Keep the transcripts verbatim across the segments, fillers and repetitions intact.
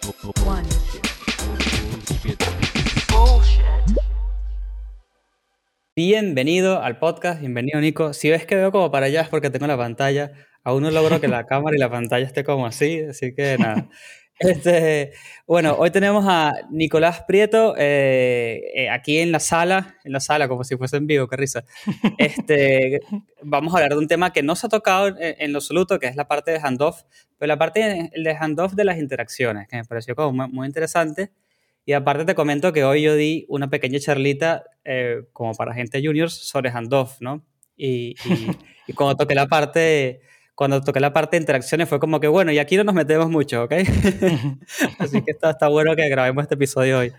One. Bullshit. Bienvenido al podcast, bienvenido Nico. Si ves que veo como para allá es porque tengo la pantalla. Aún no logro que la cámara y la pantalla esté como así, así que nada. Este, bueno, hoy tenemos a Nicolás Prieto eh, eh, aquí en la sala, en la sala como si fuese en vivo, qué risa. Este, vamos a hablar de un tema que no se ha tocado en, en lo absoluto, que es la parte de handoff, pero la parte de, de handoff de las interacciones, que me pareció como muy, muy interesante. Y aparte te comento que hoy yo di una pequeña charlita eh, como para gente juniors sobre handoff, ¿no? Y, y, y cuando toqué la parte, cuando toqué la parte de interacciones fue como que, bueno, y aquí no nos metemos mucho, ¿ok? Así que está, está bueno que grabemos este episodio hoy.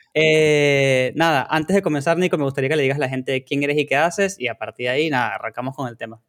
Eh, nada, antes de comenzar, Nico, me gustaría que le digas a la gente quién eres y qué haces, y a partir de ahí, nada, arrancamos con el tema.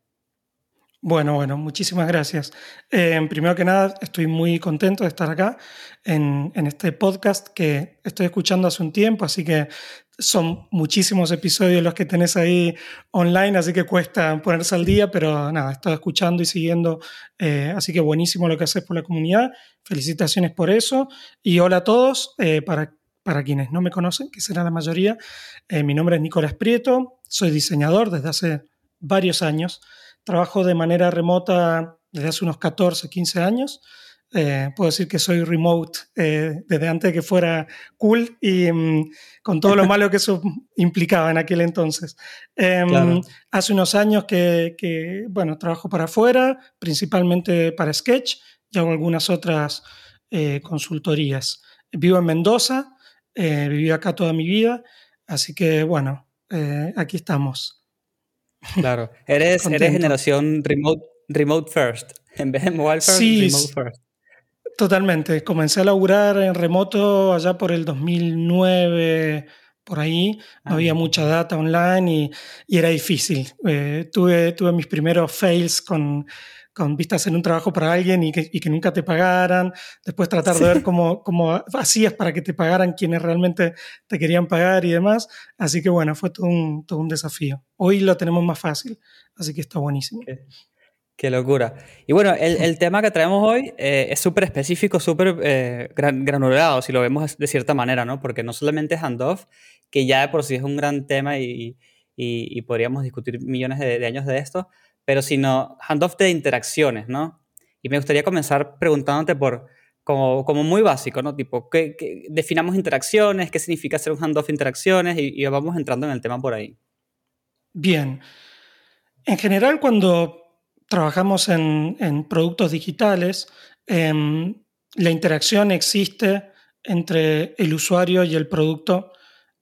Bueno, bueno, muchísimas gracias. Eh, primero que nada, estoy muy contento de estar acá en, en este podcast que estoy escuchando hace un tiempo, así que son muchísimos episodios los que tenés ahí online, así que cuesta ponerse al día, pero nada, he estado escuchando y siguiendo, eh, así que buenísimo lo que haces por la comunidad. Felicitaciones por eso. Y hola a todos, eh, para, para quienes no me conocen, que será la mayoría, eh, mi nombre es Nicolás Prieto, soy diseñador desde hace varios años. Trabajo de manera remota desde hace unos catorce, quince años. Eh, puedo decir que soy remote eh, desde antes de que fuera cool y um, con todo lo malo que eso implicaba en aquel entonces. Eh, Claro. Hace unos años que, que, bueno, trabajo para afuera, principalmente para Sketch y hago algunas otras eh, consultorías. Vivo en Mendoza, eh, viví acá toda mi vida, así que, bueno, eh, aquí estamos. Claro, eres, eres Contento. generación remote, remote first. En vez de mobile first, Sí, remote first. totalmente. Comencé a laburar en remoto allá por el dos mil nueve, por ahí. No Ah, había mucha data online y, y era difícil. Eh, tuve, tuve mis primeros fails con, con vistas en un trabajo para alguien y que, y que nunca te pagaran. Después tratar de ver cómo, cómo hacías para que te pagaran quienes realmente te querían pagar y demás. Así que bueno, fue todo un, todo un desafío. Hoy lo tenemos más fácil, así que está buenísimo. qué, qué locura. Y bueno, el, el tema que traemos hoy eh, es súper específico, súper eh, gran, granulado, si lo vemos de cierta manera, ¿no? Porque no solamente es handoff, que ya de por sí es un gran tema y, y, y podríamos discutir millones de, de años de esto, pero sino handoff de interacciones, ¿no? Y me gustaría comenzar preguntándote por, como, como muy básico, ¿no? Tipo, ¿qué, qué, definamos interacciones, qué significa hacer un handoff de interacciones y, y vamos entrando en el tema por ahí. Bien. En general, cuando trabajamos en, en productos digitales, eh, la interacción existe entre el usuario y el producto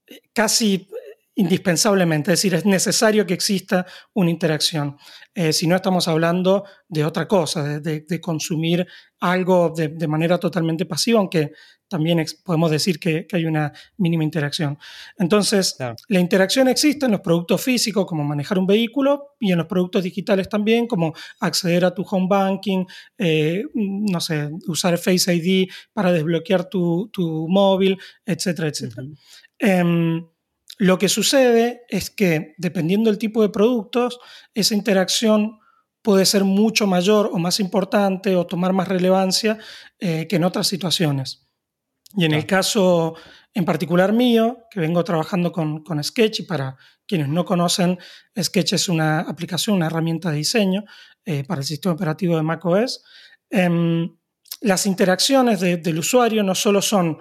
casi indispensablemente, es decir, es necesario que exista una interacción. Eh, si no estamos hablando de otra cosa, de, de, de consumir algo de, de manera totalmente pasiva, aunque también ex- podemos decir que, que hay una mínima interacción. Entonces, Claro. la interacción existe en los productos físicos, como manejar un vehículo, y en los productos digitales también, como acceder a tu home banking, eh, no sé, usar Face I D para desbloquear tu, tu móvil, etcétera, etcétera. Uh-huh. Eh, lo que sucede es que, dependiendo del tipo de productos, esa interacción puede ser mucho mayor o más importante o tomar más relevancia eh, que en otras situaciones. Y en el Claro. caso en particular mío, que vengo trabajando con, con Sketch, y para quienes no conocen, Sketch es una aplicación, una herramienta de diseño eh, para el sistema operativo de macOS. Eh, las interacciones de, del usuario no solo son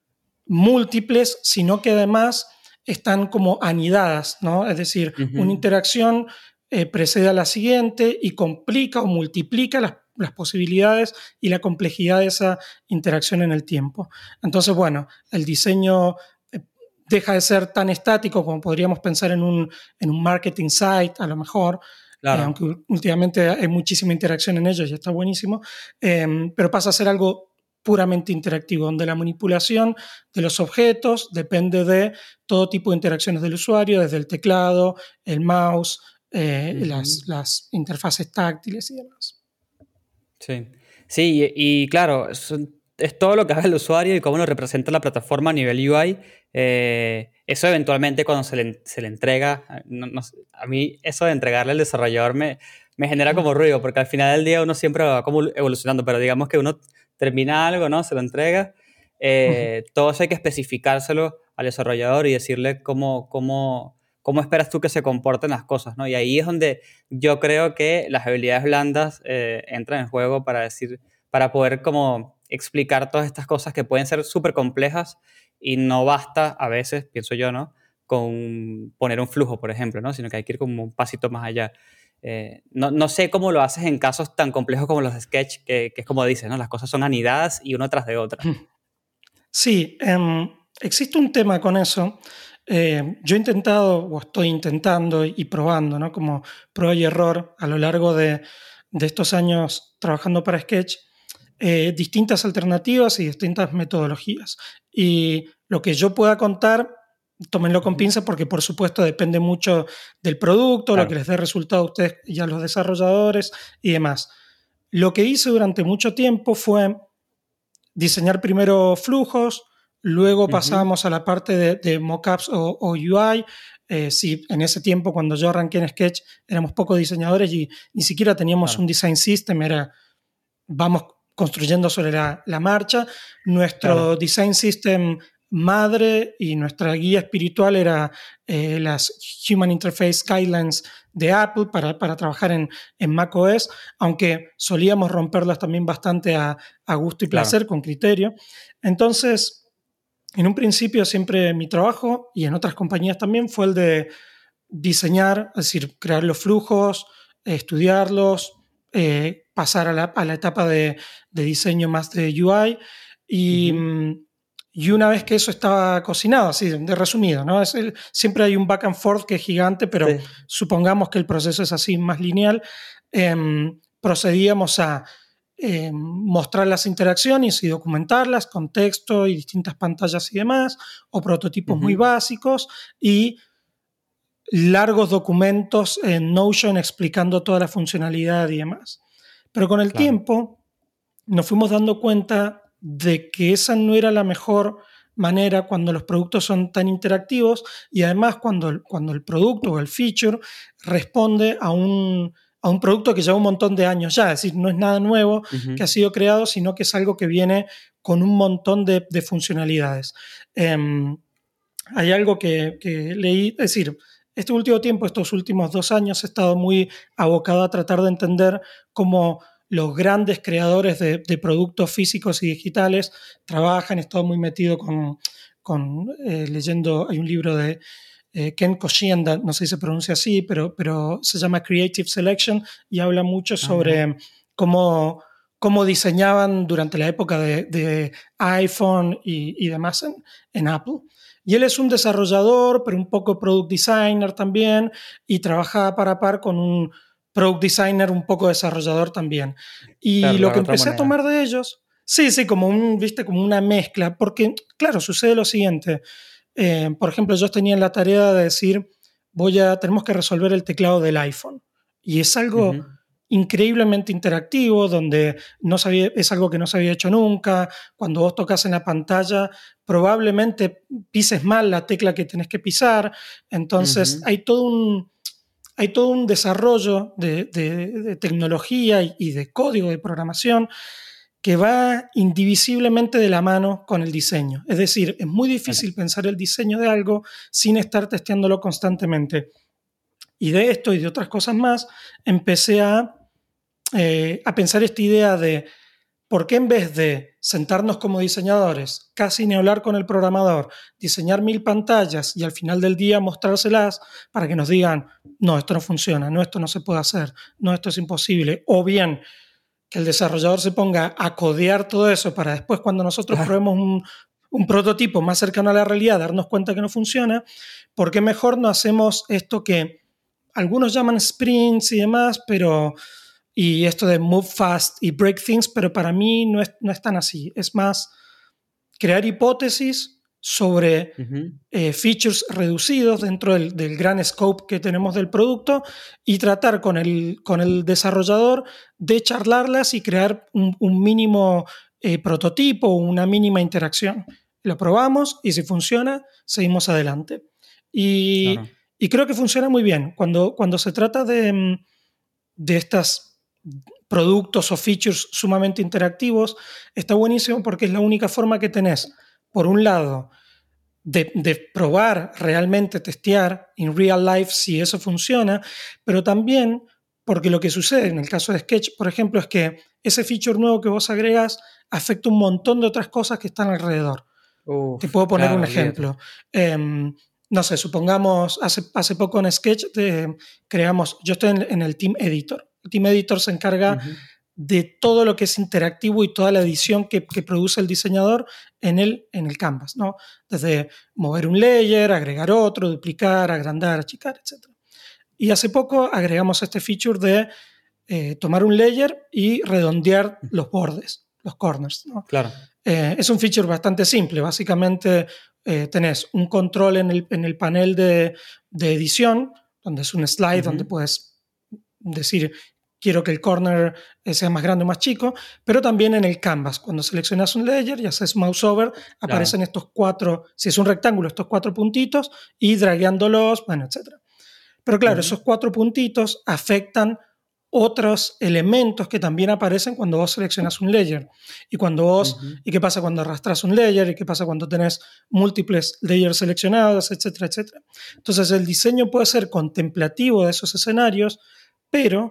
múltiples, sino que además están como anidadas, ¿no? Es decir, una Uh-huh. interacción eh, precede a la siguiente y complica o multiplica las, las posibilidades y la complejidad de esa interacción en el tiempo. Entonces, bueno, el diseño eh, deja de ser tan estático como podríamos pensar en un, en un marketing site, a lo mejor, eh, Claro. aunque últimamente hay muchísima interacción en ellos y está buenísimo, eh, pero pasa a ser algo puramente interactivo, donde la manipulación de los objetos depende de todo tipo de interacciones del usuario, desde el teclado, el mouse, eh, Uh-huh. las, las interfaces táctiles y demás. Sí, sí, y, y claro, es, es todo lo que hace el usuario y cómo lo representa la plataforma a nivel U I. Eh, eso eventualmente cuando se le, se le entrega, no, no, a mí eso de entregarle al desarrollador me, me genera como ruido, porque al final del día uno siempre va como evolucionando, pero digamos que uno termina algo, ¿no? Se lo entrega. Ujú. Eh, todo eso hay que especificárselo al desarrollador y decirle cómo, cómo, cómo esperas tú que se comporten las cosas, ¿no? Y ahí es donde yo creo que las habilidades blandas eh, entran en juego para decir, para poder como explicar todas estas cosas que pueden ser súper complejas y no basta a veces, pienso yo, ¿no? Con poner un flujo, por ejemplo, ¿no? Sino que hay que ir como un pasito más allá. Eh, no, no sé cómo lo haces en casos tan complejos como los de Sketch, que, que es como dices, ¿no? Las cosas son anidadas y una tras de otra. Sí, em, existe un tema con eso. Eh, yo he intentado, o estoy intentando y probando, ¿no? Como prueba y error a lo largo de, de estos años trabajando para Sketch, eh, distintas alternativas y distintas metodologías. Y lo que yo pueda contar, tómenlo con Ujú. pinzas porque por supuesto depende mucho del producto, lo Claro, que les dé resultado a ustedes y a los desarrolladores y demás. Lo que hice durante mucho tiempo fue diseñar primero flujos, luego ujú, pasamos a la parte de, de mockups o, o U I. Eh, sí, en ese tiempo, cuando yo arranqué en Sketch, éramos pocos diseñadores y ni siquiera teníamos un claro, design system, era vamos construyendo sobre la, la marcha. Nuestro claro, design system madre y nuestra guía espiritual era eh, las Human Interface Guidelines de Apple para, para trabajar en, en macOS, aunque solíamos romperlas también bastante a, a gusto y claro. placer, con criterio. Entonces, en un principio siempre mi trabajo, y en otras compañías también, fue el de diseñar, es decir, crear los flujos, eh, estudiarlos, eh, pasar a la, a la etapa de, de, diseño más de U I y, Ujú, mm, y una vez que eso estaba cocinado, así de resumido, ¿no? Es el, siempre hay un back and forth que es gigante, pero sí, supongamos que el proceso es así más lineal, eh, procedíamos a eh, mostrar las interacciones y documentarlas con texto y distintas pantallas y demás, o prototipos muy ujú, básicos y largos documentos en Notion explicando toda la funcionalidad y demás. Pero con el claro. tiempo nos fuimos dando cuenta de que esa no era la mejor manera cuando los productos son tan interactivos y además cuando el, cuando el producto o el feature responde a un, a un producto que lleva un montón de años ya, es decir, no es nada nuevo que ha Ujú, sido creado, sino que es algo que viene con un montón de, de funcionalidades. Eh, Hay algo que, que leí, es decir, este último tiempo, estos últimos dos años, he estado muy abocado a tratar de entender cómo los grandes creadores de, de productos físicos y digitales trabajan. He estado muy metido con, con eh, leyendo, hay un libro de eh, Ken Koshienda, no sé si se pronuncia así, pero, pero se llama Creative Selection y habla mucho ajá, sobre cómo, cómo diseñaban durante la época de, de iPhone y, y demás en, en Apple. Y él es un desarrollador, pero un poco product designer también, y trabaja par a par con un product designer, un poco desarrollador también. Y claro, lo la que otra empecé a moneda. tomar de ellos, sí, sí, como un, viste, como una mezcla, porque, claro, sucede lo siguiente. Eh, por ejemplo, yo tenía la tarea de decir, voy a, tenemos que resolver el teclado del iPhone. Y es algo Ujú, increíblemente interactivo, donde no sabía, es algo que no se había hecho nunca. Cuando vos tocas en la pantalla, probablemente pises mal la tecla que tenés que pisar. Entonces, ujú, hay todo un, hay todo un desarrollo de, de, de tecnología y, y de código de programación que va indivisiblemente de la mano con el diseño. Es decir, es muy claro, difícil pensar el diseño de algo sin estar testeándolo constantemente. Y de esto y de otras cosas más, empecé a, eh, a pensar esta idea de por qué en vez de sentarnos como diseñadores, casi ni hablar con el programador, diseñar mil pantallas y al final del día mostrárselas para que nos digan, no, esto no funciona, no, esto no se puede hacer, no, esto es imposible, o bien que el desarrollador se ponga a codear todo eso para después cuando nosotros claro, probemos un, un prototipo más cercano a la realidad, darnos cuenta que no funciona, ¿por qué mejor no hacemos esto que algunos llaman sprints y demás, pero y esto de move fast y break things, pero para mí no es, no es tan así. Es más crear hipótesis sobre ujú, eh, features reducidos dentro del, del, gran scope que tenemos del producto y tratar con el, con el desarrollador de charlarlas y crear un, un mínimo eh, prototipo, una mínima interacción. Lo probamos y si funciona, seguimos adelante. Y, claro. y creo que funciona muy bien. Cuando, cuando se trata de, de estas productos o features sumamente interactivos, está buenísimo porque es la única forma que tenés, por un lado, de, de probar, realmente testear en real life si eso funciona, pero también porque lo que sucede en el caso de Sketch, por ejemplo, es que ese feature nuevo que vos agregas afecta un montón de otras cosas que están alrededor. Te Uf, puedo poner un claro, olvídate. ejemplo. Eh, no sé, supongamos, hace, hace poco en Sketch de, creamos, yo estoy en, en el Team Editor. El Team Editor se encarga Ujú. de todo lo que es interactivo y toda la edición que, que produce el diseñador en el, en el canvas, ¿no? Desde mover un layer, agregar otro, duplicar, agrandar, achicar, etcétera. Y hace poco agregamos este feature de eh, tomar un layer y redondear los bordes, los corners, ¿no? Claro. Eh, es un feature bastante simple. Básicamente eh, tenés un control en el, en el panel de, de edición, donde es un slide donde Ujú. puedes decir quiero que el corner sea más grande o más chico, pero también en el canvas. Cuando seleccionas un layer y haces mouse over, aparecen Claro. estos cuatro, si es un rectángulo, estos cuatro puntitos y dragueándolos, bueno, etcétera. Pero claro, Ujú. esos cuatro puntitos afectan otros elementos que también aparecen cuando vos seleccionas un layer. Y cuando vos, Ujú. ¿y qué pasa cuando arrastras un layer? ¿Y qué pasa cuando tenés múltiples layers seleccionados, etcétera, etcétera? Entonces el diseño puede ser contemplativo de esos escenarios, pero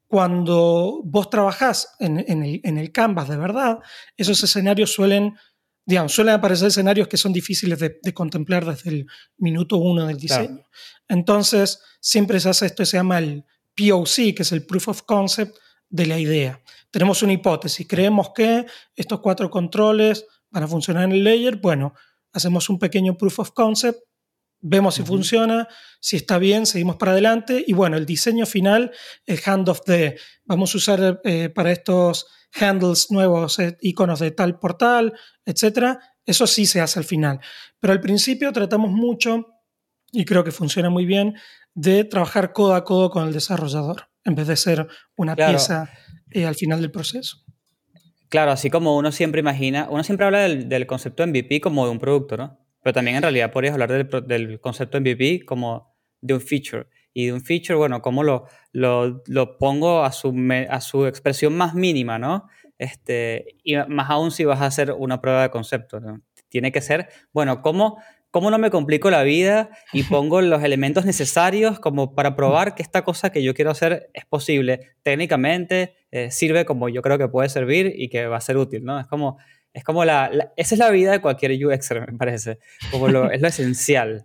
cuando vos trabajás en, en, el, en el canvas de verdad, esos escenarios suelen, digamos, suelen aparecer escenarios que son difíciles de, de contemplar desde el minuto uno del Claro. diseño. Entonces, siempre se hace esto, se llama el P O C, que es el Proof of Concept de la idea. Tenemos una hipótesis, creemos que estos cuatro controles van a funcionar en el layer, bueno, hacemos un pequeño Proof of Concept, vemos si Ujú. funciona, si está bien, seguimos para adelante y bueno, el diseño final, el handoff de vamos a usar eh, para estos handles nuevos, eh, iconos de tal portal, etcétera, eso sí se hace al final. Pero al principio tratamos mucho, y creo que funciona muy bien, de trabajar codo a codo con el desarrollador, en vez de ser una Claro. pieza eh, al final del proceso. Claro, así como uno siempre imagina, uno siempre habla del, del concepto M V P como de un producto, ¿no? Pero también en realidad podrías hablar del, pro- del concepto M V P como de un feature. Y de un feature, bueno, cómo lo, lo, lo pongo a su, me- a su expresión más mínima, ¿no? Este, y más aún si vas a hacer una prueba de concepto, ¿no? Tiene que ser, bueno, ¿cómo, cómo no me complico la vida y pongo los elementos necesarios como para probar que esta cosa que yo quiero hacer es posible técnicamente, eh, sirve como yo creo que puede servir y que va a ser útil, ¿no? Es como, es como la, la- esa es la vida de cualquier U X er, me parece, como lo, es lo esencial.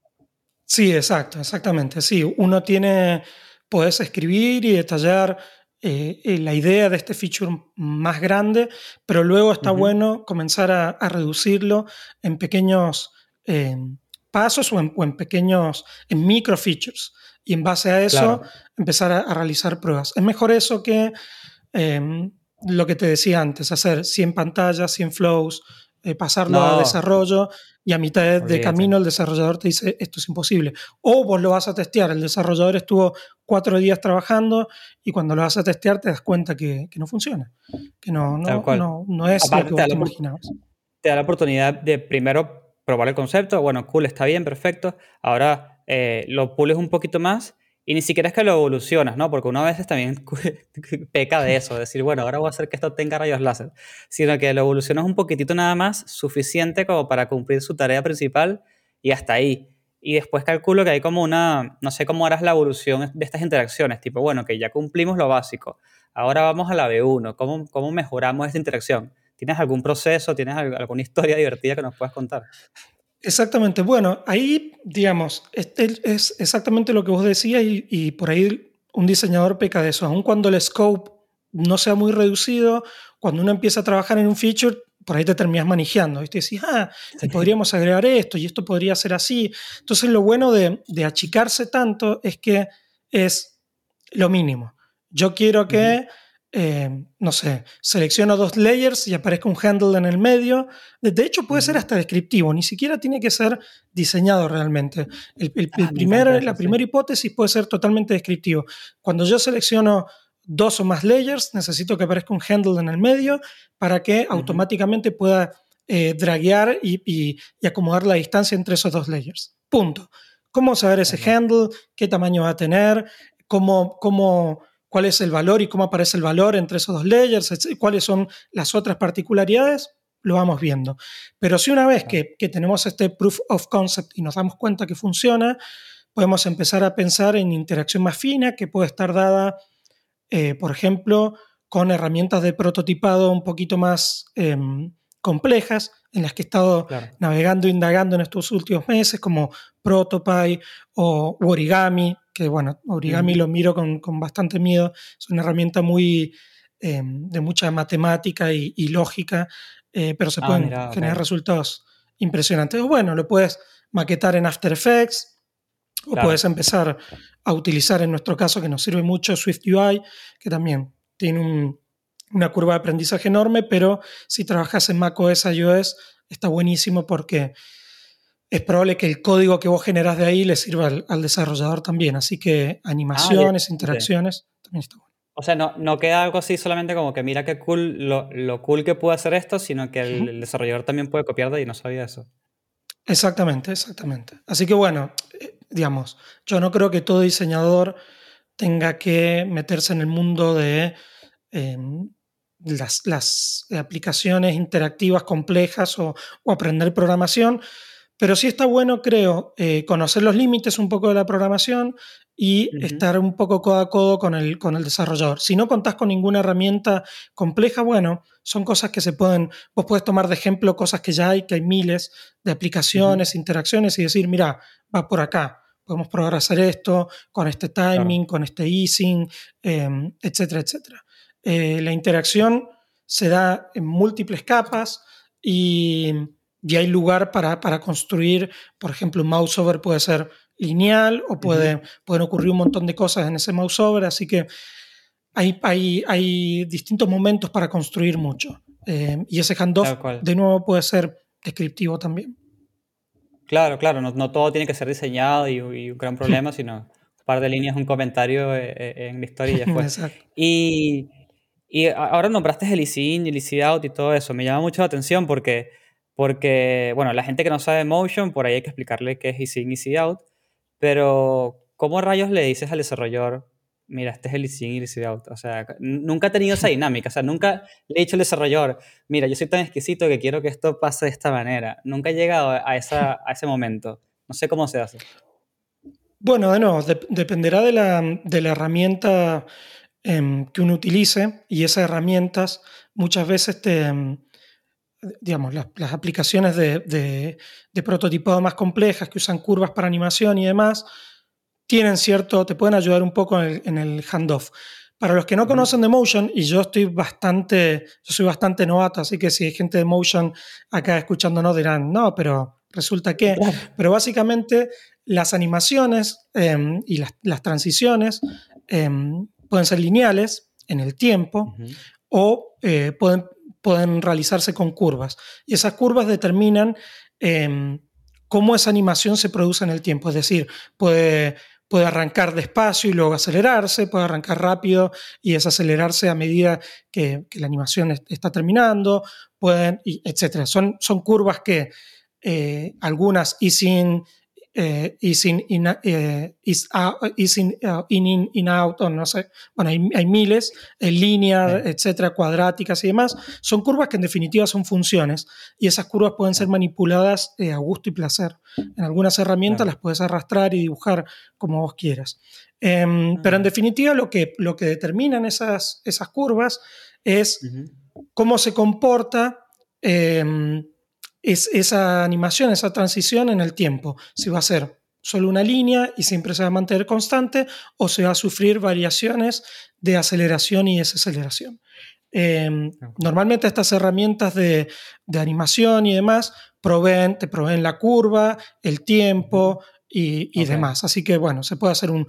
Sí, exacto, exactamente. Sí, uno tiene, puedes escribir y detallar eh, eh, la idea de este feature más grande, pero luego está Ujú. bueno comenzar a, a reducirlo en pequeños eh, pasos o en, o en pequeños, en micro features. Y en base a eso Claro. empezar a, a realizar pruebas. Es mejor eso que eh, lo que te decía antes, hacer cien pantallas, cien flows, eh, pasarlo a No, desarrollo y a mitad de, de olvídate. camino el desarrollador te dice esto es imposible. O vos lo vas a testear, el desarrollador estuvo cuatro días trabajando y cuando lo vas a testear te das cuenta que, que no funciona, que no, Tal no, cual. no, no es lo Aparte que te da vos la, te opor- imaginabas. te da la oportunidad de primero probar el concepto, bueno, cool, está bien, perfecto. Ahora eh, lo pules un poquito más y ni siquiera es que lo evolucionas, ¿no? Porque uno a veces también peca de eso, decir, bueno, ahora voy a hacer que esto tenga rayos láser, sino que lo evolucionas un poquitito nada más, suficiente como para cumplir su tarea principal y hasta ahí. Y después calculo que hay como una, no sé cómo harás la evolución de estas interacciones, tipo, bueno, que ya cumplimos lo básico, ahora vamos a la B uno, ¿cómo, cómo mejoramos esta interacción? ¿Tienes algún proceso, tienes al- alguna historia divertida que nos puedas contar? Exactamente. Bueno, ahí, digamos, este es exactamente lo que vos decías y, y por ahí un diseñador peca de eso. Aun cuando el scope no sea muy reducido, cuando uno empieza a trabajar en un feature, por ahí te terminas manejando, ¿viste? Y decís, ah, y podríamos agregar esto y esto podría ser así. Entonces, lo bueno de, de achicarse tanto es que es lo mínimo. Yo quiero Ujú. que, eh, no sé, selecciono dos layers y aparezca un handle en el medio. De de hecho, puede ser Ujú. hasta descriptivo, ni siquiera tiene que ser diseñado realmente. El, el- el Ah, me encanta primer- eso, la sí. primera hipótesis puede ser totalmente descriptivo. Cuando yo selecciono dos o más layers, necesito que aparezca un handle en el medio para que Ujú. automáticamente pueda eh, draguear y, y- y acomodar la distancia entre esos dos layers. Punto. ¿Cómo saber ese Tal cual. handle? ¿Qué tamaño va a tener? ¿Cómo, cómo, cuál es el valor y cómo aparece el valor entre esos dos layers, cuáles son las otras particularidades, lo vamos viendo. Pero si una vez que, que tenemos este proof of concept y nos damos cuenta que funciona, podemos empezar a pensar en interacción más fina que puede estar dada, eh, por ejemplo, con herramientas de prototipado un poquito más eh, complejas, en las que he estado Claro. navegando e indagando en estos últimos meses, como ProtoPie o Origami, que bueno, Origami Uh-huh. lo miro con, con bastante miedo, es una herramienta muy eh, de mucha matemática y, y lógica, eh, pero se Ah, pueden mira, generar ok. resultados impresionantes. O bueno, lo puedes maquetar en After Effects, o Claro. puedes empezar a utilizar, en nuestro caso, que nos sirve mucho, SwiftUI, que también tiene un, una curva de aprendizaje enorme, pero si trabajas en macOS, iOS, está buenísimo porque es probable que el código que vos generás de ahí le sirva al, al desarrollador también. Así que Ah, animaciones, directamente. interacciones, también está bueno. O sea, no, no queda algo así solamente como que mira qué cool, lo, lo cool que puede hacer esto, sino que el, el Ujú. desarrollador también puede copiar de ahí, no sabía eso. Exactamente, exactamente. Así que bueno, eh, digamos, yo no creo que todo diseñador tenga que meterse en el mundo de eh, las, las aplicaciones interactivas complejas o, o aprender programación, pero sí está bueno, creo, eh, conocer los límites un poco de la programación y Ujú. estar un poco codo a codo con el, con el desarrollador. Si no contás con ninguna herramienta compleja, bueno, son cosas que se pueden, vos puedes tomar de ejemplo cosas que ya hay, que hay miles de Ujú. aplicaciones, interacciones y decir, mira, va por acá, podemos probar a hacer esto con este Claro. timing, con este easing, eh, etcétera, etcétera. Eh, la interacción se da en múltiples capas y, y hay lugar para, para construir, por ejemplo, un mouseover puede ser lineal o Ujú. puede, pueden ocurrir un montón de cosas en ese mouseover, así que hay, hay, hay distintos momentos para construir mucho. Eh, y ese handoff, Tal cual. de nuevo, puede ser descriptivo también. Claro, claro, no, no todo tiene que ser diseñado y, y un gran problema, sino un par de líneas, un comentario eh, eh, en la historia y ya fue. Exacto. Y, y a- ahora nombraste el easy in y el easy out y todo eso. Me llama mucho la atención porque, porque, bueno, la gente que no sabe Motion, por ahí hay que explicarle qué es easy in, easy out. Pero, ¿cómo rayos le dices al desarrollador, mira, este es el easy in y el easy out? O sea, n- nunca he tenido esa dinámica. O sea, nunca le he dicho al desarrollador, mira, yo soy tan exquisito que quiero que esto pase de esta manera. Nunca he llegado a, esa, a ese momento. No sé cómo se hace. Bueno, de nuevo, de- dependerá de la, de la herramienta em, que uno utilice y esas herramientas muchas veces te, em, digamos, las, las aplicaciones de, de, de prototipado más complejas que usan curvas para animación y demás, tienen cierto, te pueden ayudar un poco en el, en el handoff. Para los que no Ujú. conocen de Motion, y yo estoy bastante, yo soy bastante novato, así que si hay gente de Motion acá escuchándonos dirán, no, pero resulta que, Claro. pero básicamente las animaciones eh, y las, las transiciones eh, pueden ser lineales en el tiempo Ujú. o eh, pueden, pueden realizarse con curvas. Y esas curvas determinan eh, cómo esa animación se produce en el tiempo. Es decir, puede, puede arrancar despacio y luego acelerarse, puede arrancar rápido y desacelerarse a medida que, que la animación est- está terminando, pueden, y etcétera. Son, son curvas que eh, algunas y sin eh, easing in, eh, is out, easing, uh, in, in, in, out, o no sé, bueno, hay, hay miles, en línea, Sí, etcétera, cuadráticas y demás, son curvas que en definitiva son funciones y esas curvas pueden ser claro, manipuladas eh, a gusto y placer. En algunas herramientas claro. las puedes arrastrar y dibujar como vos quieras. Eh, Ah, pero en mira. definitiva lo que, lo que determinan esas, esas curvas es Ujú. cómo se comporta eh, es, esa animación, esa transición en el tiempo. Si va a ser solo una línea y siempre se va a mantener constante o se va a sufrir variaciones de aceleración y desaceleración. Eh, Ok. Normalmente estas herramientas de, de animación y demás proveen, te proveen la curva, el Ujú. tiempo y, y Ok. demás. Así que bueno, se puede hacer un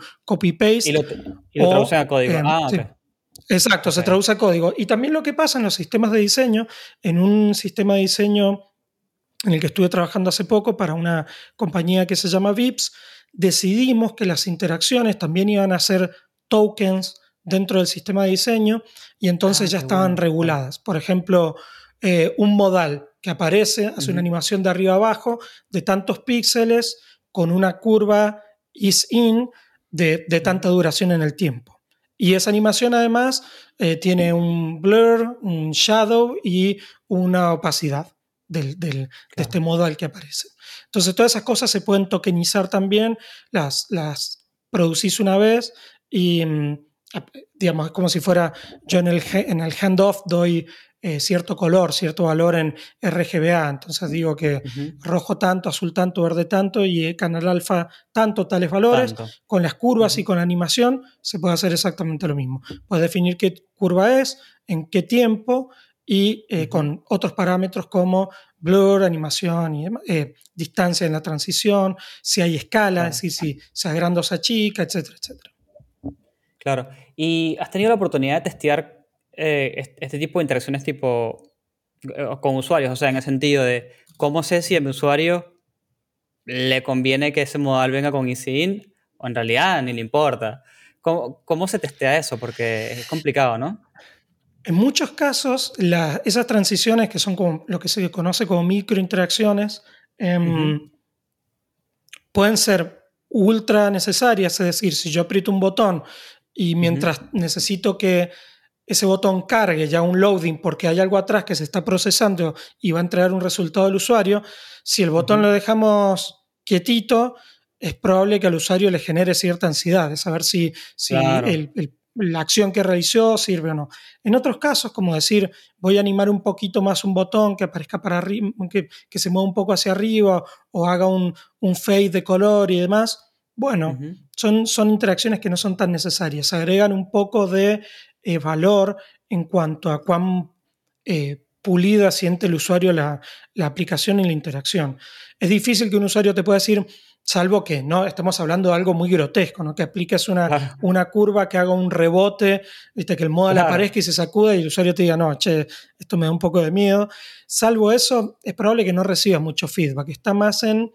Y copy-paste lo, t- y lo traducen a o código. eh, Ah, ok. sí, exacto, Ok. se traduce a código. Y también lo que pasa en los sistemas de diseño, en un sistema de diseño en el que estuve trabajando hace poco para una compañía que se llama Vips, decidimos que las interacciones también iban a ser tokens dentro del sistema de diseño y entonces Ah, ya qué estaban bueno. Claro. reguladas. Por ejemplo, eh, un modal que aparece, hace una Ujú. animación de arriba a abajo de tantos píxeles con una curva is in de, de Ujú. tanta duración en el tiempo. Y esa animación además eh, tiene un blur, un shadow y una opacidad del, del, de Claro. este modo al que aparece. Entonces todas esas cosas se pueden tokenizar también, las, las producís una vez y mm, digamos, es como si fuera yo en el, en el handoff doy eh, cierto color, cierto valor en R G B A, entonces digo que Ujú. rojo tanto, azul tanto, verde tanto y canal alfa tanto, tales valores, Tanto. con las curvas y Ujú. con la animación se puede hacer exactamente lo mismo. Puedes definir qué curva es, en qué tiempo y eh, Ujú. con otros parámetros como blur, animación y demás, eh, distancia en la transición, si hay escala, es Claro, decir, si se agranda o se achica, etcétera, etcétera. claro. ¿Y has tenido la oportunidad de testear eh, est- este tipo de interacciones tipo eh, con usuarios? O sea, en el sentido de cómo sé si a mi usuario le conviene que ese modal venga con EasyIn o en realidad ni le importa. ¿Cómo, cómo se testea eso? Porque es complicado, ¿no? En muchos casos, la- esas transiciones, que son como lo que se conoce como microinteracciones, Ujú. em, pueden ser ultra necesarias, es decir, si yo aprieto un botón y Ujú. mientras necesito que ese botón cargue ya un loading porque hay algo atrás que se está procesando y va a entregar un resultado al usuario, si el botón Ujú. lo dejamos quietito, es probable que al usuario le genere cierta ansiedad de saber si, si Claro. el- el- la acción que realizó sirve o no. En otros casos, como decir, voy a animar un poquito más un botón que aparezca para arriba, que, que se mueva un poco hacia arriba o haga un, un fade de color y demás, bueno, Ujú. son, son interacciones que no son tan necesarias, agregan un poco de eh, valor en cuanto a cuán eh, pulida siente el usuario la, la aplicación y la interacción. Es difícil que un usuario te pueda decir, salvo que no estamos hablando de algo muy grotesco, ¿no? Que apliques una, Claro. una curva que haga un rebote, ¿viste? Que el modal Claro. aparezca y se sacuda y el usuario te diga, no, che, esto me da un poco de miedo. Salvo eso, es probable que no recibas mucho feedback. Está más en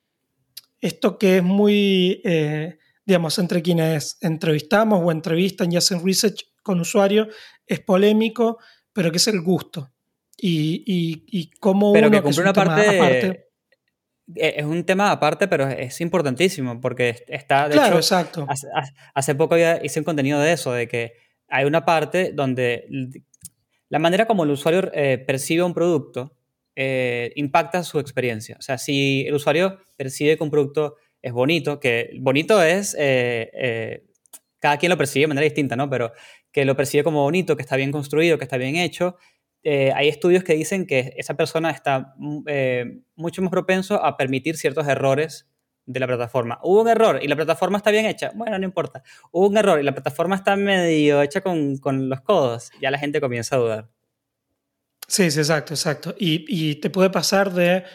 esto que es muy, eh, digamos, entre quienes entrevistamos o entrevistan y hacen research con usuarios, es polémico, pero que es el gusto. Y, y, y como Pero que uno, que es cumple un una tema aparte. parte, e- es un tema aparte, pero es importantísimo, porque est- está, de Claro, hecho, exacto. hace, hace- hace poco ya hice un contenido de eso, de que hay una parte donde l- la manera como el usuario eh, percibe un producto eh, impacta su experiencia. O sea, si el usuario percibe que un producto es bonito, que bonito es, eh, eh, cada quien lo percibe de manera distinta, ¿no? Pero que lo percibe como bonito, que está bien construido, que está bien hecho, eh, hay estudios que dicen que esa persona está mm, eh, mucho más propenso a permitir ciertos errores de la plataforma. Hubo un error y la plataforma está bien hecha. Bueno, no importa. Hubo un error y la plataforma está medio hecha con, con los codos. Ya la gente comienza a dudar. Sí, sí, exacto, exacto. Y, y te puede pasar de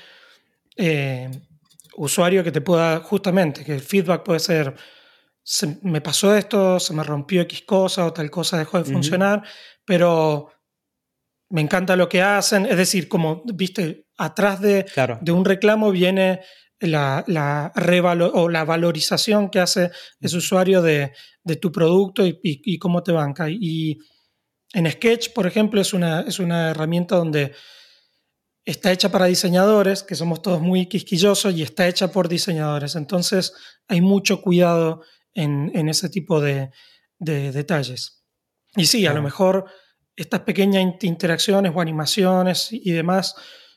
eh, usuario que te pueda, justamente, que el feedback puede ser, se- me pasó esto, se me rompió X cosa o tal cosa dejó de Ujú. funcionar, pero me encanta lo que hacen. Es decir, como, viste, atrás de, Claro. de un reclamo viene la, la revalo- o la valorización que hace ese Ujú. usuario de, de tu producto y, y- y cómo te banca. Y en Sketch, por ejemplo, es una, es una herramienta donde está hecha para diseñadores, que somos todos muy quisquillosos, y está hecha por diseñadores. Entonces hay mucho cuidado en, en ese tipo de, de detalles. Y sí, a lo Claro. mejor estas pequeñas interacciones o animaciones y demás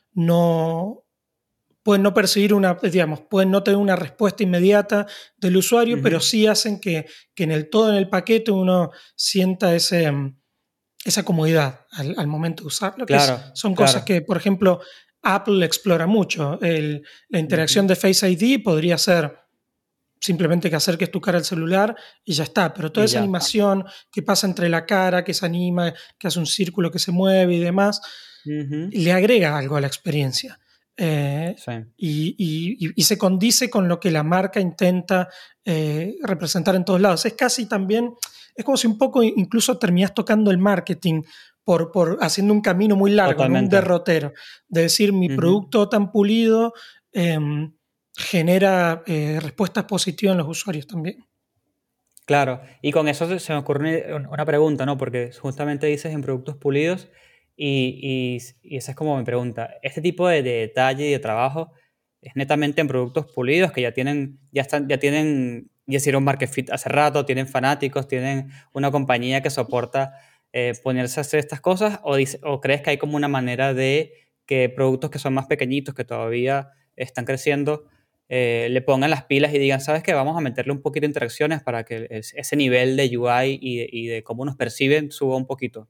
no pueden no percibir una, digamos, pueden no tener una respuesta inmediata del usuario, pero Ujú. sí hacen que, que en el todo en el paquete uno sienta ese, mm, esa comodidad al, al momento de usarlo, que es, Claro, son cosas claro. que, por ejemplo, Apple explora mucho. El- la interacción Ujú. de Face I D podría ser simplemente que acerques tu cara al celular y ya está, pero toda Y esa ya. animación que pasa entre la cara, que se anima, que hace un círculo que se mueve y demás, Ujú. le agrega algo a la experiencia. Eh, Sí. y, y- y se condice con lo que la marca intenta eh, representar en todos lados. Es casi también, es como si un poco incluso terminás tocando el marketing por, por haciendo un camino muy largo, en un Totalmente. derrotero, de decir mi Ujú. producto tan pulido eh, genera eh, respuestas positivas en los usuarios también. Claro, y con eso se se me ocurre una una pregunta, ¿no? Porque justamente dices en productos pulidos y, y, y esa es como mi pregunta. ¿Este tipo de, de detalle y de trabajo es netamente en productos pulidos que ya tienen, ya están, ya tienen ya hicieron market fit hace rato, tienen fanáticos, tienen una compañía que soporta eh, ponerse a hacer estas cosas, o, dice, o crees que hay como una manera de que productos que son más pequeñitos, que todavía están creciendo, eh, le pongan las pilas y digan, ¿sabes qué? Vamos a meterle un poquito de interacciones para que ese nivel de U I y de, y de cómo nos perciben suba un poquito.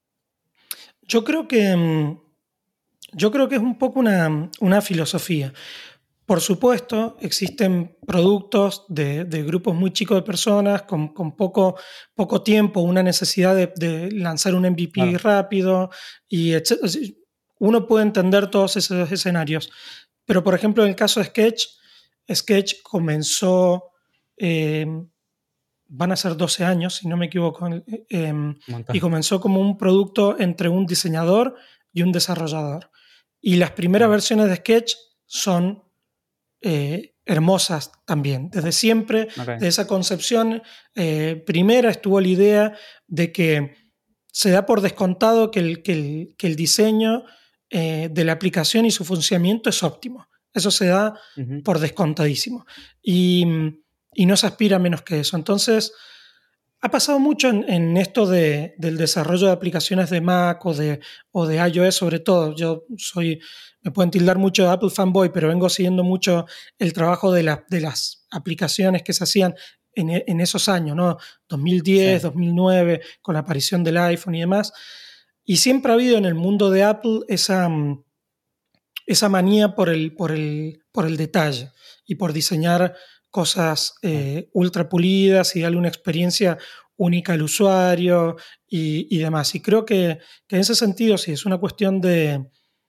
Yo creo que, yo creo que es un poco una, una filosofía. Por supuesto, existen productos de, de grupos muy chicos de personas con, con poco, poco tiempo, una necesidad de, de lanzar un M V P Claro. rápido, y etcétera. Uno puede entender todos esos escenarios. Pero, por ejemplo, en el caso de Sketch, Sketch comenzó, eh, van a ser doce años, si no me equivoco, eh, y comenzó como un producto entre un diseñador y un desarrollador. Y las primeras Claro. versiones de Sketch son eh, hermosas también. Desde siempre, Okay. de esa concepción eh, primera estuvo la idea de que se da por descontado que el, que el, que el diseño eh, de la aplicación y su funcionamiento es óptimo. Eso se da Uh-huh. por descontadísimo. Y, y no se aspira a menos que eso. Entonces, ha pasado mucho en, en esto de, del desarrollo de aplicaciones de Mac o de, o de iOS sobre todo. Yo soy, me pueden tildar mucho de Apple fanboy, pero vengo siguiendo mucho el trabajo de, la, de las aplicaciones que se hacían en, en esos años, ¿no? dos mil diez, Sí. dos mil nueve, con la aparición del iPhone y demás. Y siempre ha habido en el mundo de Apple esa, esa manía por el, por, el, por el detalle y por diseñar cosas eh, ultra pulidas y darle una experiencia única al usuario y, y demás. Y creo que, que en ese sentido sí es una cuestión de,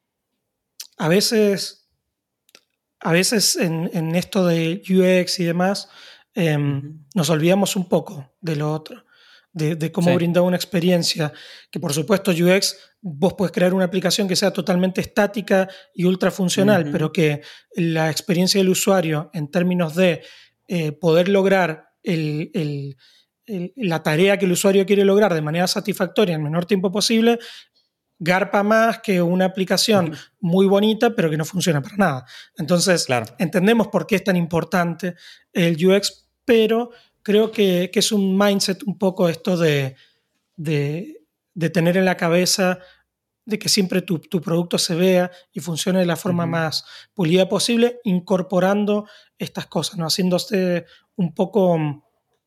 a veces, a veces en, en esto de U X y demás, eh, Uh-huh. nos olvidamos un poco de lo otro, de, de cómo Sí. brindar una experiencia, que por supuesto U X, vos puedes crear una aplicación que sea totalmente estática y ultra funcional, Uh-huh. pero que la experiencia del usuario en términos de eh, poder lograr el, el, el, la tarea que el usuario quiere lograr de manera satisfactoria en el menor tiempo posible, garpa más que una aplicación muy bonita, pero que no funciona para nada. Entonces, Claro. entendemos por qué es tan importante el U X, pero creo que, que es un mindset un poco esto de, de, de tener en la cabeza de que siempre tu, tu producto se vea y funcione de la forma Uh-huh. más pulida posible, incorporando estas cosas, ¿no? Haciéndose un poco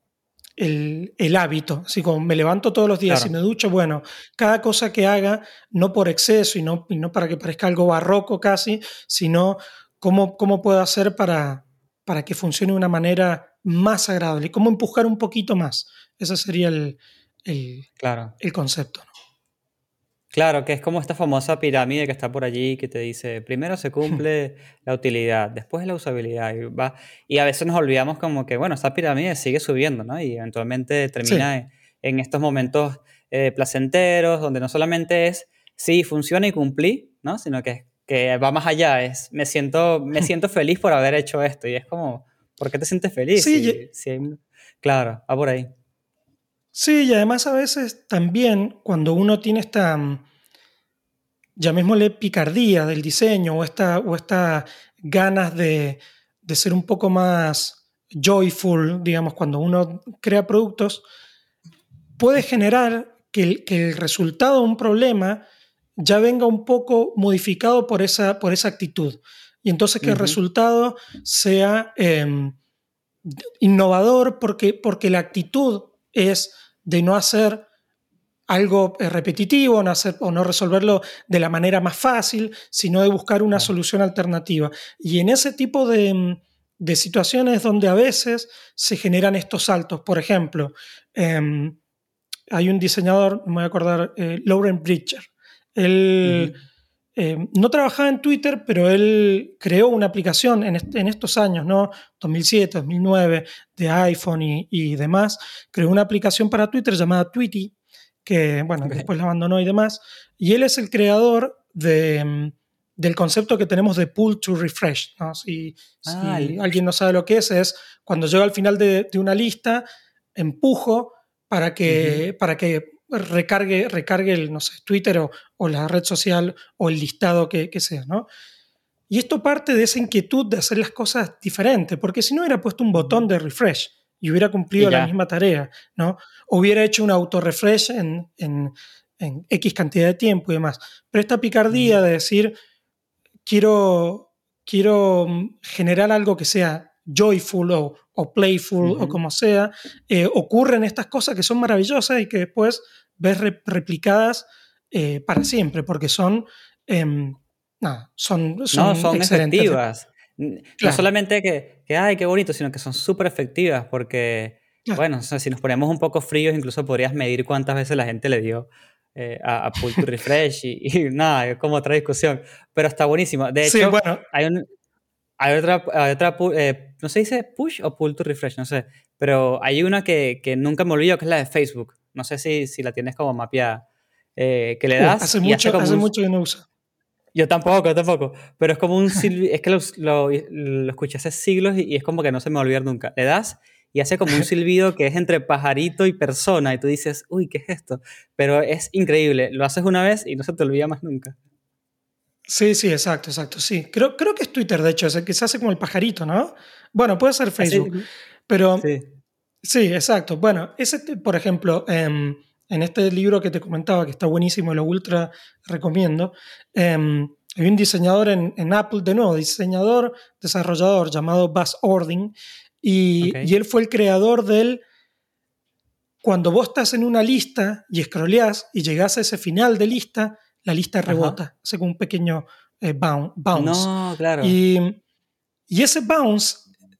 el, el hábito, así como me levanto todos los días Claro. y me ducho, bueno, cada cosa que haga, no por exceso y no, y no para que parezca algo barroco casi, sino cómo, cómo puedo hacer para, para que funcione de una manera más agradable, cómo empujar un poquito más. Ese sería el, el, Claro. el concepto, ¿no? Claro, que es como esta famosa pirámide que está por allí que te dice, primero se cumple la utilidad, después la usabilidad, y va, y a veces nos olvidamos como que, bueno, esta pirámide sigue subiendo, ¿no? Y eventualmente Sí. termina en, en estos momentos eh, placenteros, donde no solamente es, sí, funciona y cumplí, ¿no? Sino que, que va más allá, es, me siento, me siento feliz por haber hecho esto, y es como, ¿por qué te sientes feliz? Sí, Si, si hay- claro, va por ahí. sí, y además a veces también cuando uno tiene esta, llamémosle picardía del diseño o esta, o esta ganas de, de ser un poco más joyful, digamos, cuando uno crea productos, puede generar que el, que el resultado de un problema ya venga un poco modificado por esa, por esa actitud. Y entonces que el Ujú. resultado sea eh, innovador porque, porque la actitud es de no hacer algo repetitivo, no hacer, o no resolverlo de la manera más fácil, sino de buscar una Claro. solución alternativa. Y en ese tipo de, de situaciones donde a veces se generan estos saltos, por ejemplo, eh, hay un diseñador, me voy a acordar, eh, Lauren Bridger. Él Ujú. eh, no trabajaba en Twitter, pero él creó una aplicación en, est en estos años, ¿no? dos mil siete, dos mil nueve, de iPhone y, y demás. Creó una aplicación para Twitter llamada Tweety, que, bueno, Okay. después la abandonó y demás. Y él es el creador de, del concepto que tenemos de pull to refresh, ¿no? Si, Ah, si el- alguien no sabe lo que es, es cuando llego al final de, de una lista, empujo para ujú. que, para que recargue, recargue el, no sé, Twitter o, o la red social o el listado que, que sea, ¿no? Y esto parte de esa inquietud de hacer las cosas diferentes, porque si no hubiera puesto un botón Ujú. de refresh y hubiera cumplido Y la ya. misma tarea, ¿no? Hubiera hecho un auto-refresh en, en, en X cantidad de tiempo y demás. Pero esta picardía Ujú, de decir, quiero, quiero mm, generar algo que sea joyful o, o playful o ujú. como sea, eh, ocurren estas cosas que son maravillosas y que después ves re- replicadas eh, para siempre, porque son, em, nada, son, No, son son excelentes. De- efectivas. N- No claro, solamente que, que, ay, qué bonito, sino que son súper efectivas porque, claro. bueno, o sea, si nos ponemos un poco fríos, incluso podrías medir cuántas veces la gente le dio eh, a, a Pull to Refresh y, y nada, es como otra discusión. Pero está buenísimo. De Sí, hecho, bueno, hay, un, hay otra, hay otra pu- eh, no se dice push o Pull to Refresh, no sé, pero hay una que, que nunca me olvido, que es la de Facebook. No sé si, si la tienes como mapeada, eh, que le uh, das hace y hace mucho, como hace un, mucho que no uso. yo tampoco, yo tampoco. Pero es como un silbido. Es que lo, lo, lo escuché hace siglos y, y es como que no se me va a olvidar nunca. Le das y hace como un silbido que es entre pajarito y persona. Y tú dices, uy, ¿qué es esto? Pero es increíble. Lo haces una vez y no se te olvida más nunca. Sí, sí, exacto, exacto, sí. Creo, creo que es Twitter, de hecho, ese que se hace como el pajarito, ¿no? Bueno, puede ser Así, Facebook, pero sí. sí, exacto. Bueno, ese, te- por ejemplo, em, en este libro que te comentaba, que está buenísimo y lo ultra recomiendo, em, hay un diseñador en, en Apple, de nuevo, diseñador, desarrollador, llamado Buzz Ording, Ok. y, y él fue el creador del, cuando vos estás en una lista y scrolleás y llegás a ese final de lista, la lista Ajá. rebota, hace como un pequeño eh, boun- bounce. No, claro. Y, y ese bounce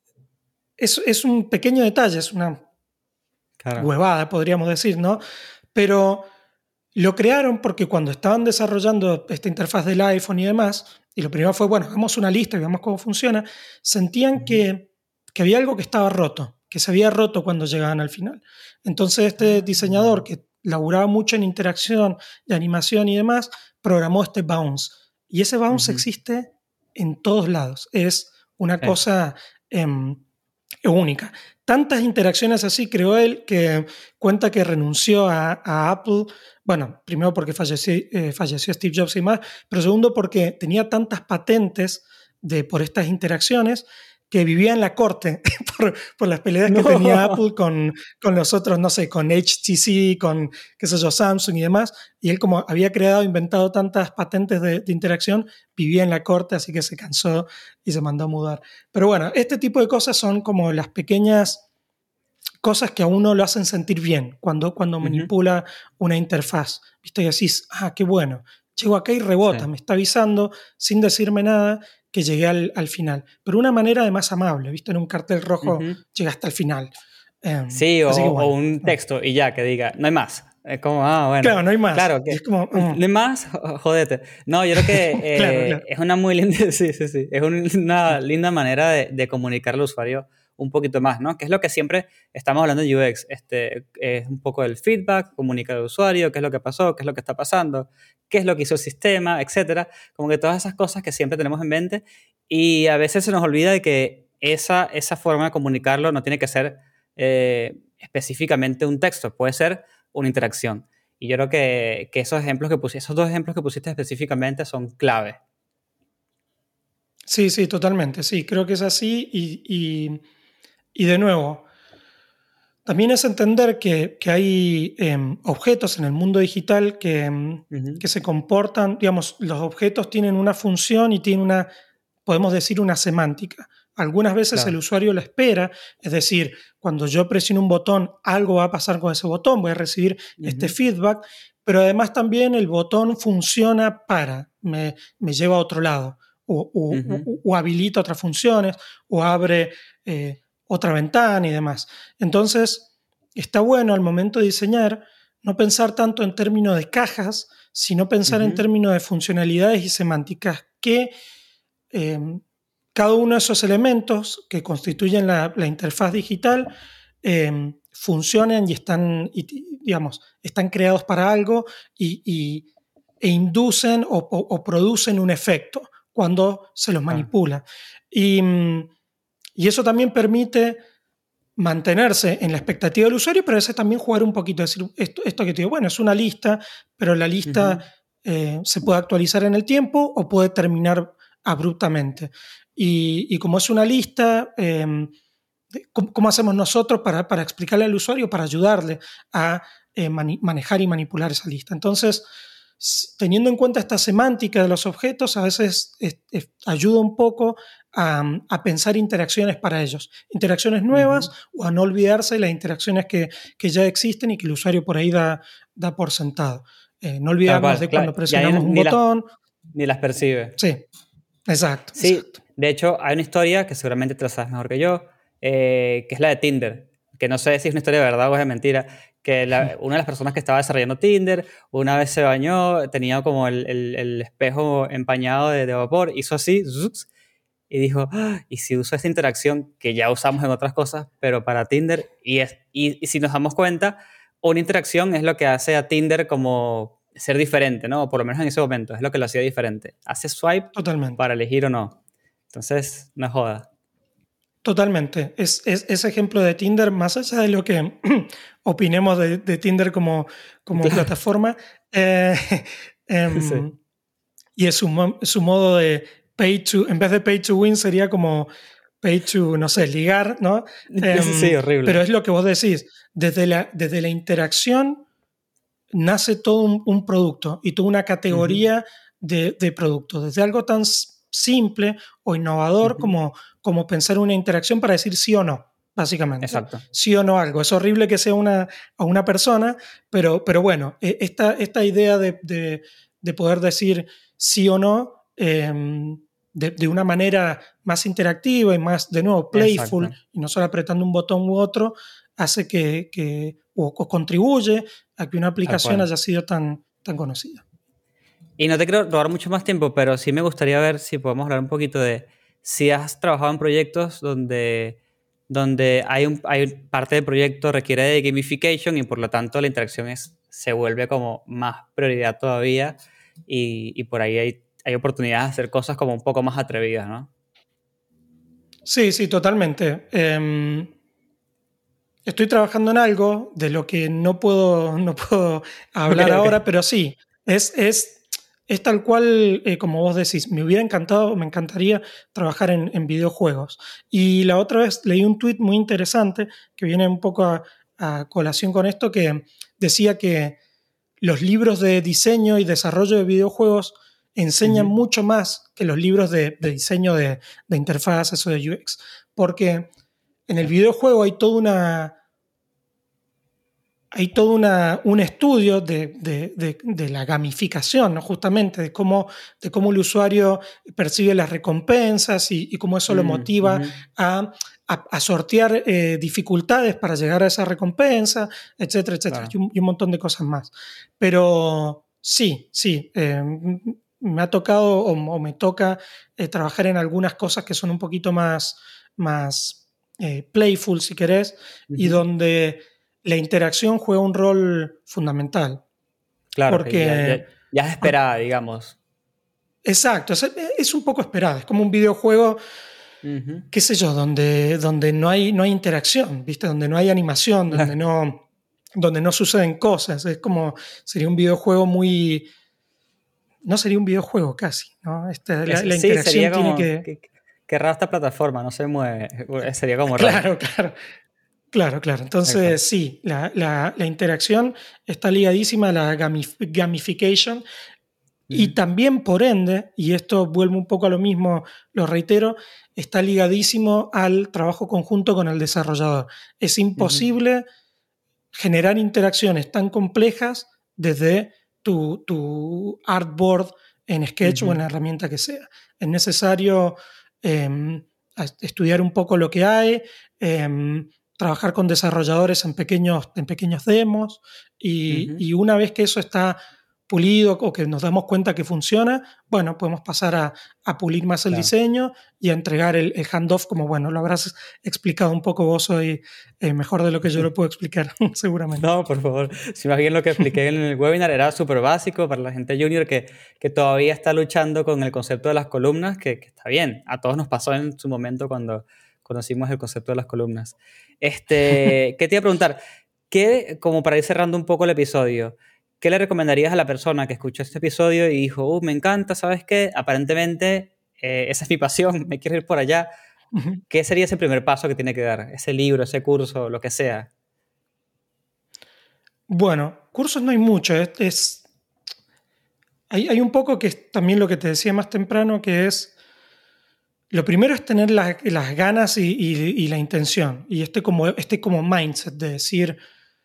es, es un pequeño detalle, es una Claro. huevada, podríamos decir, ¿no? Pero lo crearon porque cuando estaban desarrollando esta interfaz del iPhone y demás, y lo primero fue, bueno, hagamos una lista y veamos cómo funciona, sentían Ujú. que, que había algo que estaba roto, que se había roto cuando llegaban al final. Entonces este Ah, diseñador que laburaba mucho en interacción y animación y demás, programó este bounce. Y ese bounce ujú. existe en todos lados. Es una Sí. cosa em, única. Tantas interacciones así creó él que cuenta que renunció a, a Apple, bueno, primero porque falleció, eh, falleció Steve Jobs y más, pero segundo porque tenía tantas patentes de, por estas interacciones que vivía en la corte por, por las peleas que tenía No. Apple con, con los otros, no sé, con H T C, con, qué sé yo, Samsung y demás, y él como había creado, inventado tantas patentes de, de interacción, vivía en la corte, así que se cansó y se mandó a mudar. Pero bueno, este tipo de cosas son como las pequeñas cosas que a uno lo hacen sentir bien cuando, cuando Ujú. manipula una interfaz. ¿Viste? Y decís, ah, qué bueno. Llego acá y Sí. rebota, me está avisando sin decirme nada que llegué al, al final. Pero una manera de más amable, ¿viste? En un cartel rojo Ujú. llega hasta el final. Eh, Sí, o, así que o bueno. un texto y ya que diga, no hay más. Es como, ah, bueno, Claro, no hay más. claro Y que es como, no mm, hay más, jo- jodete. No, yo creo que claro, eh, claro. es una muy linda, sí, sí, sí, es un- una linda manera de, de comunicar al usuario un poquito más, ¿no? Que es lo que siempre estamos hablando en U X, este, es un poco del feedback, comunicar al usuario, qué es lo que pasó, qué es lo que está pasando, qué es lo que hizo el sistema, etcétera. Como que todas esas cosas que siempre tenemos en mente y a veces se nos olvida de que esa, esa forma de comunicarlo no tiene que ser eh, específicamente un texto, puede ser una interacción. Y yo creo que, que esos ejemplos que pusiste, esos dos ejemplos que pusiste específicamente son clave. Sí, sí, totalmente. Sí, creo que es así. Y, y, y de nuevo, también es entender que, que hay em, objetos en el mundo digital que, em, Ujú. que se comportan, digamos, los objetos tienen una función y tienen una, podemos decir, una semántica. Algunas veces el Claro. usuario lo espera, es decir, cuando yo presiono un botón, algo va a pasar con ese botón, voy a recibir este Ujú. feedback, pero además también el botón funciona para, me, me lleva a otro lado, o, o- Ujú. o- o habilita otras funciones, o abre eh, otra ventana y demás. Entonces, está bueno al momento de diseñar no pensar tanto en términos de cajas, sino pensar en Ujú. términos de funcionalidades y semánticas que eh, cada uno de esos elementos que constituyen la, la interfaz digital eh, funcionan y están, y, digamos, están creados para algo y, y- e inducen o, o- o producen un efecto cuando se los Claro. manipula. Y, mm, y eso también permite mantenerse en la expectativa del usuario, pero a veces también jugar un poquito, decir, esto, esto que te digo, bueno, es una lista, pero la lista Ujú. eh, se puede actualizar en el tiempo o puede terminar abruptamente. Y, y como es una lista, eh, de cómo, cómo hacemos nosotros para, para explicarle al usuario, para ayudarle a eh, mani- manejar y manipular esa lista. Entonces, teniendo en cuenta esta semántica de los objetos, a veces es, es, ayuda un poco a, a, pensar interacciones para ellos, interacciones nuevas Uh-huh. o a no olvidarse de las interacciones que, que ya existen y que el usuario por ahí da, da por sentado. Eh, no Tal olvidarnos cual, de claro. cuando Ya ni, presionamos un ni las, botón. ni las percibe. Sí, exacto, Sí, exacto. de hecho, hay una historia que seguramente te la sabes mejor que yo, eh, que es la de Tinder, que no sé si es una historia de verdad o es de mentira, que la- una de las personas que estaba desarrollando Tinder, una vez se bañó, tenía como el, el- el espejo empañado de, de vapor, hizo así, zucs, y dijo, "Ah, ¿y si uso esta interacción que ya usamos en otras cosas, pero para Tinder?" Y, es, y, y si nos damos cuenta, una interacción es lo que hace a Tinder como ser diferente, ¿no? Por lo menos en ese momento, es lo que lo hacía diferente. Hace swipe Totalmente. para elegir o no. Entonces, no joda. Totalmente. Es, es, ese ejemplo de Tinder, más allá de lo que opinemos de, de Tinder como, como Claro, plataforma, eh, sí. em, y es su, mo- su modo de pay to, en vez de pay to win, sería como pay to, no sé, ligar, ¿no? Sí, Em, pero horrible. es lo que vos decís, desde la, desde la interacción nace todo un, un producto y toda una Ujú, categoría de, de productos, desde algo tan s- simple o innovador ujú. como, como pensar una interacción para decir sí o no, básicamente. Exacto. Sí o no algo. Es horrible que sea una, a una persona, pero, pero bueno, e- esta, esta idea de, de- de poder decir sí o no em, de, de una manera más interactiva y más, de nuevo, playful, Exacto. y no solo apretando un botón u otro, hace que, que o, o contribuye a que una Tal aplicación cual. haya sido tan, tan conocida. Y no te quiero robar mucho más tiempo, pero sí me gustaría ver si podemos hablar un poquito de si has trabajado en proyectos donde, donde hay, un, hay parte del proyecto requiere de gamification y por lo tanto la interacción es, se vuelve como más prioridad todavía y, y por ahí hay, hay oportunidades de hacer cosas como un poco más atrevidas, ¿no? Sí, sí, totalmente. Eh, estoy trabajando en algo de lo que no puedo, no puedo Ok, hablar ok. ahora, pero sí, es, es, es tal cual, eh, como vos decís, me hubiera encantado, me encantaría trabajar en, en videojuegos. Y la otra vez leí un tuit muy interesante que viene un poco a, a colación con esto, que decía que los libros de diseño y desarrollo de videojuegos enseñan Ujú. mucho más que los libros de, de diseño de, de interfaces o de U X, porque en el videojuego hay toda una, hay todo una, un estudio de, de, de, de la gamificación, ¿no? Justamente, de cómo, de cómo el usuario percibe las recompensas y, y cómo eso lo Mm, motiva ujú. a, a, a sortear eh, dificultades para llegar a esa recompensa, etcétera, etcétera, y Claro. un, y un montón de cosas más. Pero sí, sí, eh, me ha tocado o, o me toca eh, trabajar en algunas cosas que son un poquito más, más eh, playful, si querés, y Ujú. donde la interacción juega un rol fundamental. Claro, que ya, ya, Porque, ya es por- esperada, digamos. exacto, es, es un poco esperada. Es como un videojuego, Ujú. qué sé yo, donde, donde no, hay, no hay interacción, ¿viste? Donde no hay animación, donde Claro. no, donde no suceden cosas. Es como, sería un videojuego muy... No sería un videojuego casi, ¿no? Este, la, Es- la sí, sería interacción tiene como, que... qué, qué rara esta plataforma, no se mueve. Eh, Sería como raro. Claro, claro. Claro, claro. Tal cual. Entonces, sí, la, la- la interacción está ligadísima a la gamif- gamification. Y Ujú, también, por ende, y esto vuelve un poco a lo mismo, lo reitero, está ligadísimo al trabajo conjunto con el desarrollador. Es ujú, imposible generar interacciones tan complejas desde tu, tu artboard en Sketch o en ujú, la herramienta que sea. Es necesario eh, estudiar un poco lo que hay, eh, trabajar con desarrolladores en pequeños, en pequeños demos y, ujú. y una vez que eso está pulido o que nos damos cuenta que funciona, bueno, podemos pasar a, a pulir más el Claro. diseño y a entregar el, el handoff como, bueno, lo habrás explicado un poco vos hoy eh, mejor de lo que yo lo puedo explicar, seguramente. No, por favor. Si más bien lo que expliqué en el webinar era súper básico para la gente junior que, que todavía está luchando con el concepto de las columnas, que, que está bien. A todos nos pasó en su momento cuando conocimos el concepto de las columnas. Este, ¿qué te iba a preguntar? ¿Qué, como para ir cerrando un poco el episodio, qué le recomendarías a la persona que escuchó este episodio y dijo, uh, me encanta, ¿sabes qué? Aparentemente, eh, esa es mi pasión, me quiero ir por allá. Ujú. ¿qué sería ese primer paso que tiene que dar? Ese libro, ese curso, lo que sea. Bueno, cursos no hay mucho. Es, es- hay, hay un poco que es también lo que te decía más temprano, que es, lo primero es tener las, las ganas y, y- y la intención. Y este como, este como mindset de decir,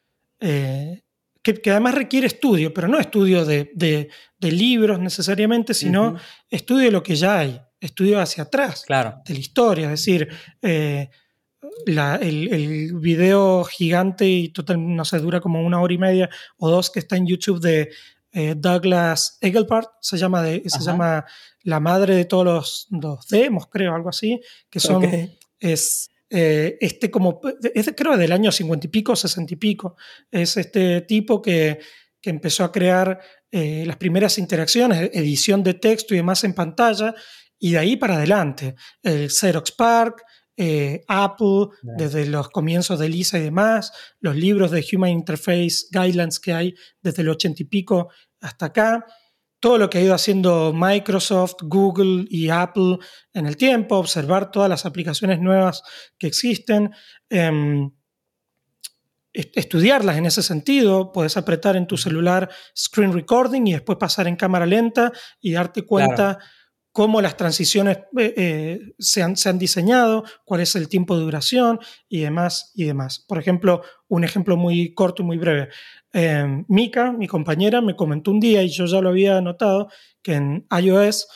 eh, que, que además requiere estudio, pero no estudio de, de- de libros necesariamente, sino Ujú, estudio de lo que ya hay, estudio hacia atrás claro. de la historia. Es decir, eh, la- el, el video gigante y total, no sé, dura como una hora y media o dos que está en YouTube de eh, Douglas Engelbart, se llama, de, se Ajá. llama La madre de todos los, los demos, creo, algo así, que Ok. son, es eh, este como, es creo del año cincuenta y pico, sesenta y pico, es este tipo que, que empezó a crear eh, las primeras interacciones, edición de texto y demás en pantalla, y de ahí para adelante, el Xerox Park, eh, Apple, Ya. desde los comienzos de Lisa y demás, los libros de Human Interface Guidelines que hay desde el ochenta y pico hasta acá, todo lo que ha ido haciendo Microsoft, Google y Apple en el tiempo, observar todas las aplicaciones nuevas que existen, eh, estudiarlas en ese sentido, puedes apretar en tu Ujú. celular screen recording y después pasar en cámara lenta y darte Claro. cuenta cómo las transiciones eh, eh, se, han, se han diseñado, cuál es el tiempo de duración y demás y demás. Por ejemplo, un ejemplo muy corto y muy breve. Eh, Mika, mi compañera, me comentó un día, y yo ya lo había notado, que en iOS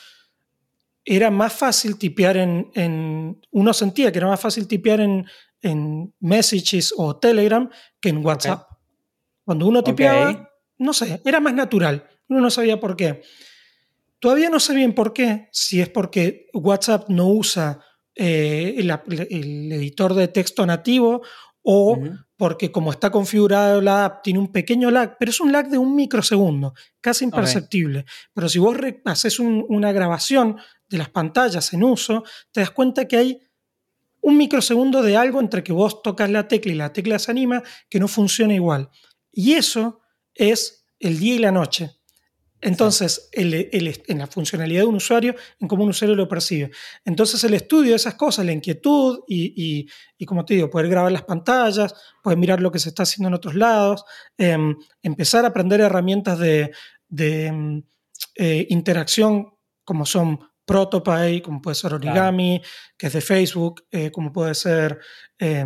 era más fácil tipear en, en, uno sentía que era más fácil tipear en, en Messages o Telegram que en Ok. WhatsApp. Cuando uno Ok. tipeaba, no sé, era más natural. Uno no sabía por qué. Todavía no sé bien por qué, si es porque WhatsApp no usa eh, el, el editor de texto nativo o Ujú. porque como está configurada la app tiene un pequeño lag, pero es un lag de un microsegundo, casi Ok. imperceptible. Pero si vos haces un, una grabación de las pantallas en uso, te das cuenta que hay un microsegundo de algo entre que vos tocas la tecla y la tecla se anima que no funciona igual. Y eso es el día y la noche. Sí. Entonces, el, el, en la funcionalidad de un usuario, en cómo un usuario lo percibe. Entonces, el estudio de esas cosas, la inquietud y, y, y como te digo, poder grabar las pantallas, poder mirar lo que se está haciendo en otros lados, eh, empezar a aprender herramientas de, de eh, interacción como son Protopie, como puede ser Claro. Origami, que es de Facebook, eh, como puede ser, eh,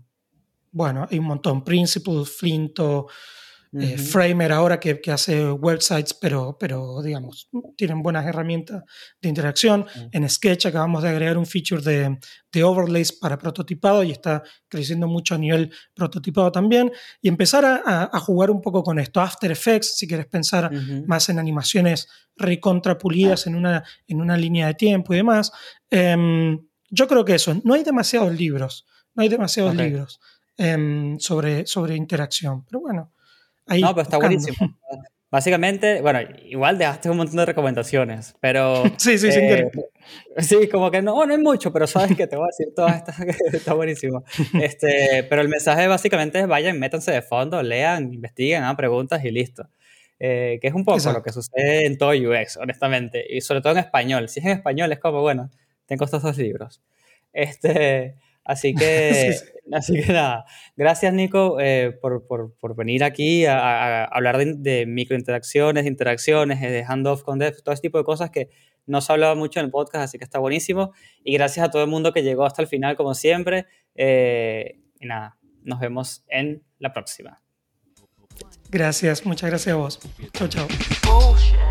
bueno, hay un montón, Principle, Flinto, eh, Ujú. Framer ahora que, que hace websites, pero, pero digamos, tienen buenas herramientas de interacción. Sí. En Sketch acabamos de agregar un feature de, de overlays para prototipado y está creciendo mucho a nivel prototipado también. Y empezar a, a, a jugar un poco con esto. After Effects, si quieres pensar Ujú. más en animaciones recontrapulidas en una, en una línea de tiempo y demás. Eh, yo creo que eso, no hay demasiados libros, no hay demasiados Ok. libros eh, sobre, sobre interacción, pero bueno, No, ahí pero está buscando. buenísimo. Básicamente, bueno, igual dejaste un montón de recomendaciones, pero Sí, sí, sin eh, querer. sí, como que no, no hay mucho, pero sabes que te voy a decir todas estas que está buenísimo. Este, pero el mensaje básicamente es vayan, métanse de fondo, lean, investiguen, hagan preguntas y listo. Eh, que es un poco lo que Exacto. sucede en todo U X, honestamente, y sobre todo en español. Si es en español es como, bueno, tengo estos dos libros. Este, así Sí, que, sí. así que nada, gracias Nico eh, por, por, por venir aquí a, a- a hablar de, de microinteracciones, de interacciones, eh, de handoff con dev, todo ese tipo de cosas que no se ha hablado mucho en el podcast, así que está buenísimo. Y gracias a todo el mundo que llegó hasta el final, como siempre. Eh, y nada, nos vemos en la próxima. Gracias, muchas gracias a vos. Chao, chao. Bullshit.